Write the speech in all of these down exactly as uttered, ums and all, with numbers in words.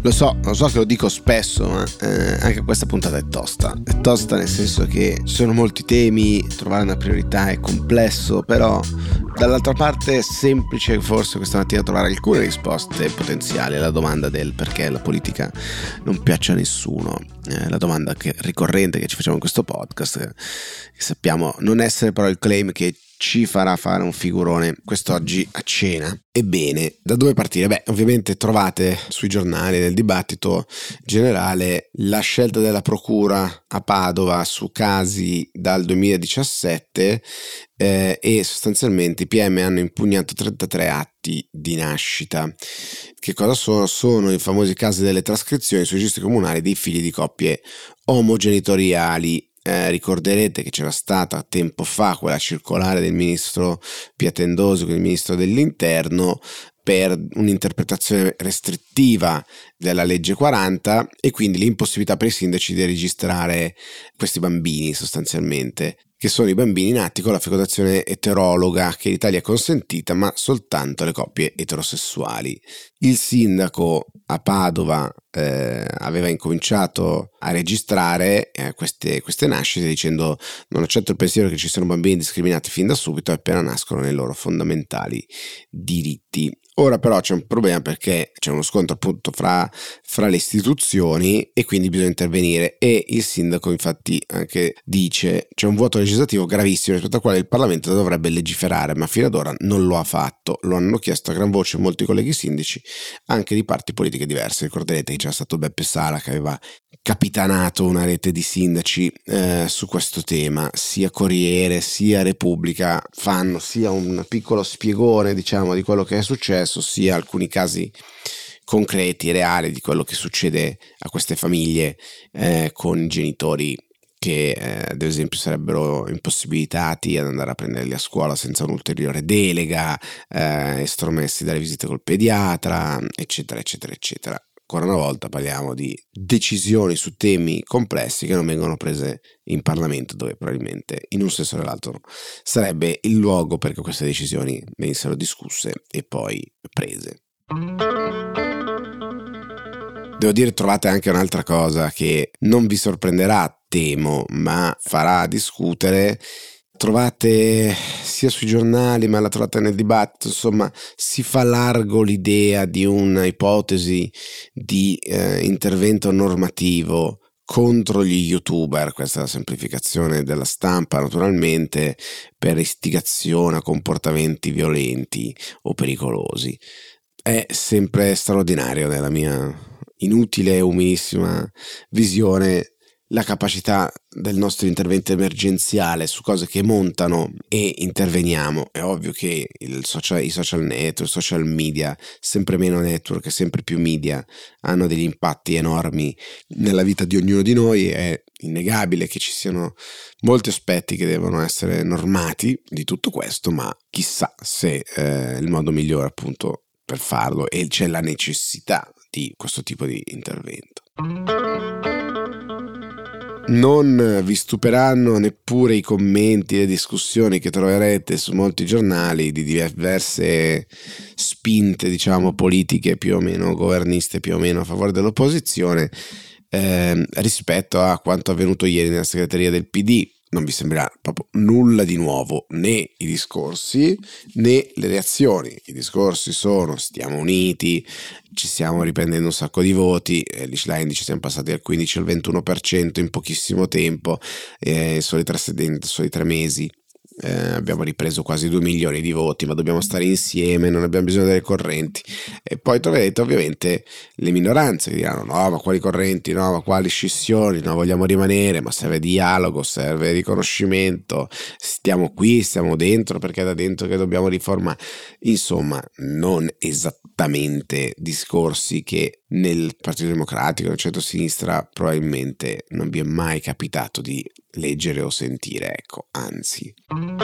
Lo so, lo so che lo dico spesso, ma eh, anche questa puntata è tosta. È tosta nel senso che ci sono molti temi, trovare una priorità è complesso, però dall'altra parte è semplice forse questa mattina trovare alcune risposte potenziali alla domanda del perché la politica non piace a nessuno. Eh, la domanda che, ricorrente che ci facciamo in questo podcast, che sappiamo non essere però il claim che ci farà fare un figurone quest'oggi a cena. Ebbene, da dove partire? Beh, ovviamente trovate sui giornali, nel dibattito generale, la scelta della procura a Padova su casi dal duemiladiciassette eh, e sostanzialmente i P M hanno impugnato trentatré atti di nascita. Che cosa sono? Sono i famosi casi delle trascrizioni sui registri comunali dei figli di coppie omogenitoriali. Eh, ricorderete che c'era stata tempo fa quella circolare del ministro Piatendosi, il ministro dell'interno, per un'interpretazione restrittiva della legge quaranta e quindi l'impossibilità per i sindaci di registrare questi bambini sostanzialmente, che sono i bambini nati con la fecondazione eterologa che in Italia è consentita ma soltanto alle coppie eterosessuali. Il sindaco a Padova eh, aveva incominciato a registrare eh, queste, queste nascite dicendo: non accetto il pensiero che ci siano bambini discriminati fin da subito appena nascono nei loro fondamentali diritti. Ora però c'è un problema perché c'è uno scontro appunto fra, fra le istituzioni e quindi bisogna intervenire, e il sindaco infatti anche dice c'è un vuoto legislativo gravissimo rispetto al quale il Parlamento dovrebbe legiferare, ma fino ad ora non lo ha fatto. Lo hanno chiesto a gran voce molti colleghi sindaci anche di parti politiche diverse. Ricorderete che c'era stato Beppe Sala che aveva capitanato una rete di sindaci eh, su questo tema. Sia Corriere sia Repubblica fanno sia un piccolo spiegone diciamo di quello che è successo, sia alcuni casi concreti, reali di quello che succede a queste famiglie eh, con genitori che eh, ad esempio sarebbero impossibilitati ad andare a prenderli a scuola senza un'ulteriore delega, eh, estromessi dalle visite col pediatra, eccetera eccetera eccetera. Ancora una volta parliamo di decisioni su temi complessi che non vengono prese in Parlamento, dove probabilmente in un senso o nell'altro sarebbe il luogo perché queste decisioni venissero discusse e poi prese. Devo dire, trovate anche un'altra cosa che non vi sorprenderà, temo, ma farà discutere. Trovate sia sui giornali, ma la trovate nel dibattito, insomma si fa largo l'idea di una ipotesi di eh, intervento normativo contro gli youtuber, questa è la semplificazione della stampa naturalmente, per istigazione a comportamenti violenti o pericolosi. È sempre straordinario nella mia inutile e umilissima visione la capacità del nostro intervento emergenziale su cose che montano e interveniamo. È ovvio che il social, i social network, i social media, sempre meno network e sempre più media, hanno degli impatti enormi nella vita di ognuno di noi. È innegabile che ci siano molti aspetti che devono essere normati di tutto questo, ma chissà se eh, il modo migliore appunto per farlo, e c'è la necessità di questo tipo di intervento. Non vi stupiranno neppure i commenti e le discussioni che troverete su molti giornali di diverse spinte, diciamo, politiche più o meno governiste, più o meno a favore dell'opposizione, eh, rispetto a quanto avvenuto ieri nella segreteria del P D. Non vi sembrerà proprio nulla di nuovo, né i discorsi né le reazioni. I discorsi sono: stiamo uniti, ci stiamo riprendendo un sacco di voti, eh, l'indice siamo passati dal quindici al ventuno per cento in pochissimo tempo, eh, soli tre, soli tre mesi. Eh, abbiamo ripreso quasi due milioni di voti, ma dobbiamo stare insieme, non abbiamo bisogno delle correnti. E poi troverete ovviamente le minoranze che diranno: no, ma quali correnti, no, ma quali scissioni, no, vogliamo rimanere, ma serve dialogo, serve riconoscimento, stiamo qui, stiamo dentro perché è da dentro che dobbiamo riformare. Insomma, non esattamente discorsi che nel Partito Democratico, nel centro-sinistra, probabilmente non vi è mai capitato di leggere o sentire, ecco, anzi.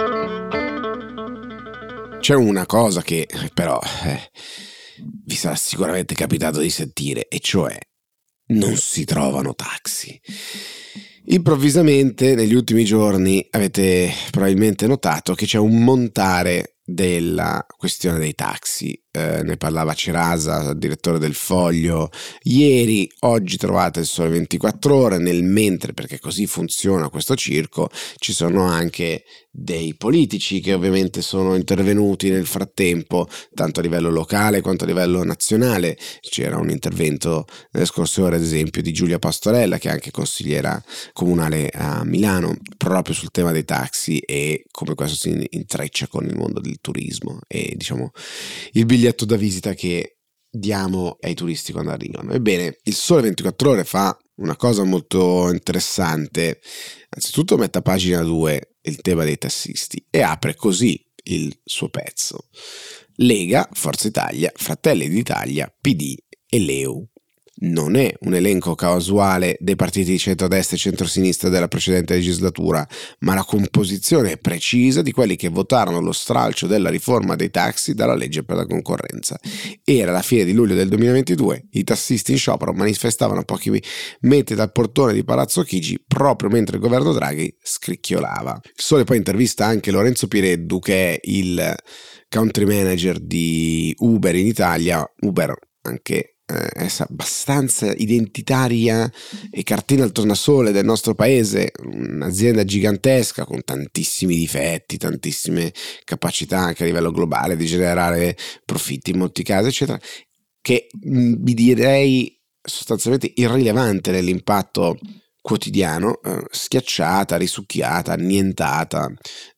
C'è una cosa che però eh, vi sarà sicuramente capitato di sentire, e cioè non si trovano taxi. Improvvisamente negli ultimi giorni avete probabilmente notato che c'è un montare della questione dei taxi. eh, ne parlava Cerasa, direttore del Foglio, ieri. Oggi trovate il Sole ventiquattro Ore. Nel mentre, perché così funziona questo circo, ci sono anche dei politici che ovviamente sono intervenuti nel frattempo, tanto a livello locale quanto a livello nazionale. C'era un intervento nelle scorse ore, ad esempio, di Giulia Pastorella, che è anche consigliera comunale a Milano, proprio sul tema dei taxi e come questo si intreccia con il mondo del turismo e, diciamo, il biglietto da visita che diamo ai turisti quando arrivano. Ebbene, il Sole ventiquattro Ore fa una cosa molto interessante. Anzitutto mette a pagina due il tema dei tassisti e apre così il suo pezzo: Lega, Forza Italia, Fratelli d'Italia, P D e L E U. Non è un elenco casuale dei partiti di centrodestra e centrosinistra della precedente legislatura, ma la composizione precisa di quelli che votarono lo stralcio della riforma dei taxi dalla legge per la concorrenza. Era la fine di luglio del duemilaventidue, i tassisti in sciopero manifestavano a pochi metri dal portone di Palazzo Chigi proprio mentre il governo Draghi scricchiolava. Il Sole poi intervista anche Lorenzo Pireddu, che è il country manager di Uber in Italia. Uber anche è abbastanza identitaria e cartina al tornasole del nostro paese, un'azienda gigantesca con tantissimi difetti, tantissime capacità anche a livello globale di generare profitti in molti casi, eccetera, che vi direi sostanzialmente irrilevante nell'impatto quotidiano, eh, schiacciata, risucchiata, annientata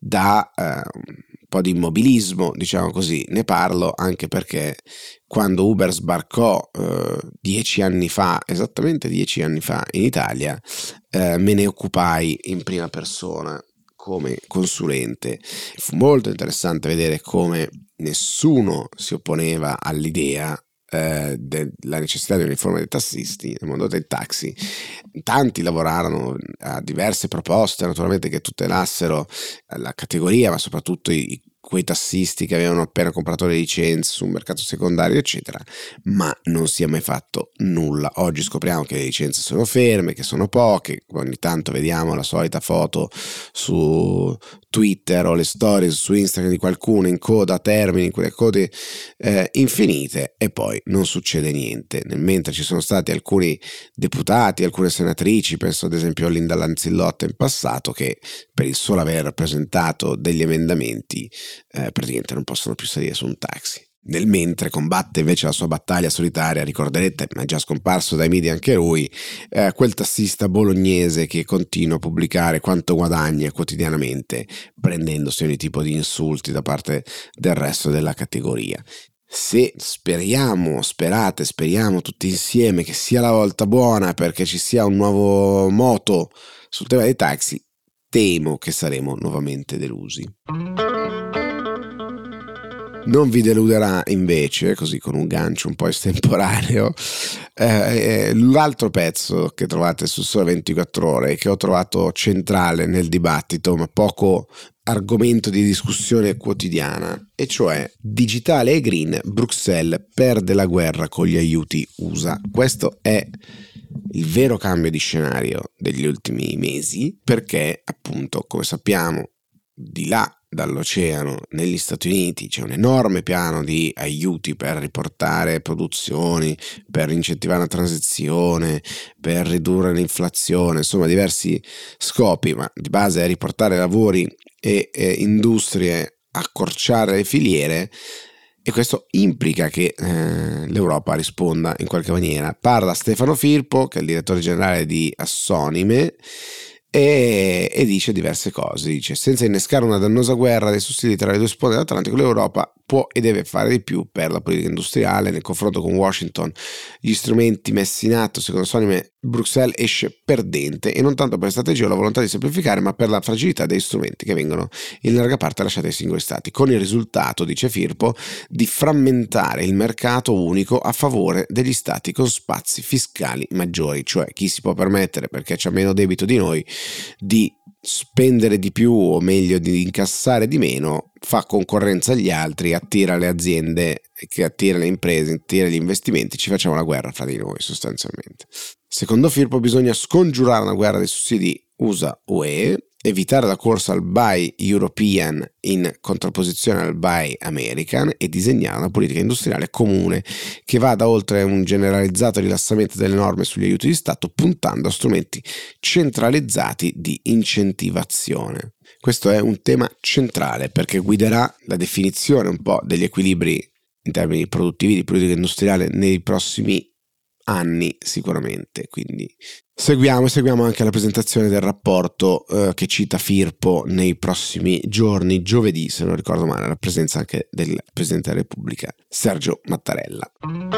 da eh, un po' di immobilismo, diciamo così. Ne parlo anche perché quando Uber sbarcò eh, dieci anni fa, esattamente dieci anni fa in Italia, eh, me ne occupai in prima persona come consulente. Fu molto interessante vedere come nessuno si opponeva all'idea eh, della necessità di una riforma dei tassisti nel mondo dei taxi. Tanti lavorarono a diverse proposte, naturalmente, che tutelassero la categoria, ma soprattutto i quei tassisti che avevano appena comprato le licenze sul mercato secondario, eccetera, ma non si è mai fatto nulla. Oggi scopriamo che le licenze sono ferme, che sono poche, ogni tanto vediamo la solita foto su Twitter o le stories su Instagram di qualcuno in coda a Termini, quelle code eh, infinite, e poi non succede niente. Nel mentre ci sono stati alcuni deputati, alcune senatrici, penso ad esempio a Linda Lanzillotta in passato, che per il solo aver presentato degli emendamenti Eh, praticamente non possono più salire su un taxi. Nel mentre combatte invece la sua battaglia solitaria, ricorderete, ma è già scomparso dai media anche lui, eh, quel tassista bolognese che continua a pubblicare quanto guadagna quotidianamente, prendendosi ogni tipo di insulti da parte del resto della categoria. Se speriamo, sperate, speriamo tutti insieme che sia la volta buona perché ci sia un nuovo moto sul tema dei taxi, temo che saremo nuovamente delusi. Non vi deluderà invece, così con un gancio un po' estemporaneo, eh, l'altro pezzo che trovate su Sole ventiquattro Ore, che ho trovato centrale nel dibattito, ma poco argomento di discussione quotidiana, e cioè digitale e green, Bruxelles perde la guerra con gli aiuti U S A. Questo è il vero cambio di scenario degli ultimi mesi, perché appunto, come sappiamo, di là dall'oceano negli Stati Uniti c'è un enorme piano di aiuti per riportare produzioni, per incentivare la transizione, per ridurre l'inflazione, insomma diversi scopi, ma di base è riportare lavori e, e industrie, accorciare le filiere, e questo implica che eh, l'Europa risponda in qualche maniera. Parla Stefano Firpo, che è il direttore generale di Assonime, E, e dice diverse cose. Dice: senza innescare una dannosa guerra dei sussidi tra le due sponde dell'Atlantico, l'Europa può e deve fare di più per la politica industriale. Nel confronto con Washington, gli strumenti messi in atto, secondo Sonime, Bruxelles esce perdente, e non tanto per strategia o la volontà di semplificare, ma per la fragilità dei strumenti che vengono in larga parte lasciati ai singoli stati, con il risultato, dice Firpo, di frammentare il mercato unico a favore degli stati con spazi fiscali maggiori, cioè chi si può permettere, perché c'ha meno debito di noi, di spendere di più, o meglio di incassare di meno, fa concorrenza agli altri, attira le aziende, che attira le imprese, attira gli investimenti, ci facciamo la guerra fra di noi sostanzialmente. Secondo Firpo bisogna scongiurare una guerra dei sussidi U S A-U E evitare la corsa al Buy European in contrapposizione al Buy American e disegnare una politica industriale comune che vada oltre un generalizzato rilassamento delle norme sugli aiuti di Stato, puntando a strumenti centralizzati di incentivazione. Questo è un tema centrale perché guiderà la definizione un po' degli equilibri in termini produttivi di politica industriale nei prossimi anni sicuramente, quindi seguiamo seguiamo anche la presentazione del rapporto eh, che cita Firpo nei prossimi giorni, giovedì se non ricordo male, la presenza anche del Presidente della Repubblica Sergio Mattarella.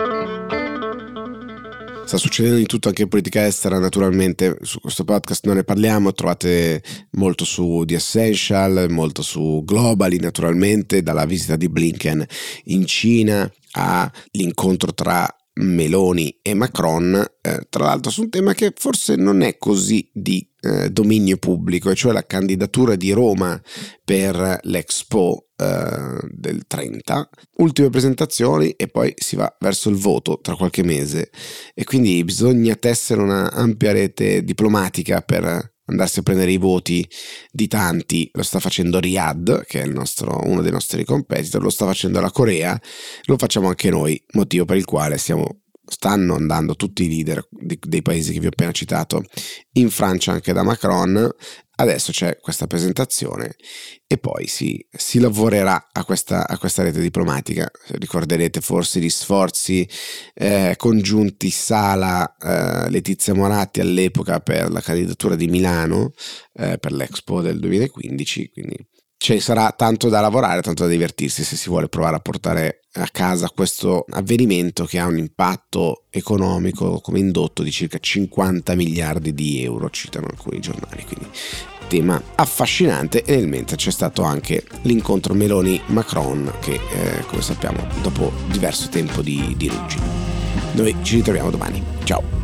Sta succedendo di tutto anche in politica estera, naturalmente su questo podcast non ne parliamo, trovate molto su The Essential, molto su Globally naturalmente, dalla visita di Blinken in Cina all'incontro tra Meloni e Macron, eh, tra l'altro su un tema che forse non è così di eh, dominio pubblico, e cioè la candidatura di Roma per l'Expo eh, del trenta, ultime presentazioni e poi si va verso il voto tra qualche mese, e quindi bisogna tessere una ampia rete diplomatica per andarsi a prendere i voti di tanti. Lo sta facendo Riyadh, che è il nostro, uno dei nostri competitor, lo sta facendo la Corea, lo facciamo anche noi, motivo per il quale stiamo, stanno andando tutti i leader di, dei paesi che vi ho appena citato in Francia anche da Macron. Adesso c'è questa presentazione e poi si, si lavorerà a questa, a questa rete diplomatica. Ricorderete forse gli sforzi eh, congiunti Sala eh, Letizia Moratti all'epoca per la candidatura di Milano eh, per l'Expo del duemilaquindici, quindi ci sarà tanto da lavorare, tanto da divertirsi se si vuole provare a portare a casa questo avvenimento che ha un impatto economico come indotto di circa cinquanta miliardi di euro, citano alcuni giornali, quindi tema affascinante. E nel mentre c'è stato anche l'incontro Meloni-Macron che eh, come sappiamo dopo diverso tempo di, di ruggine. Noi ci ritroviamo domani, ciao!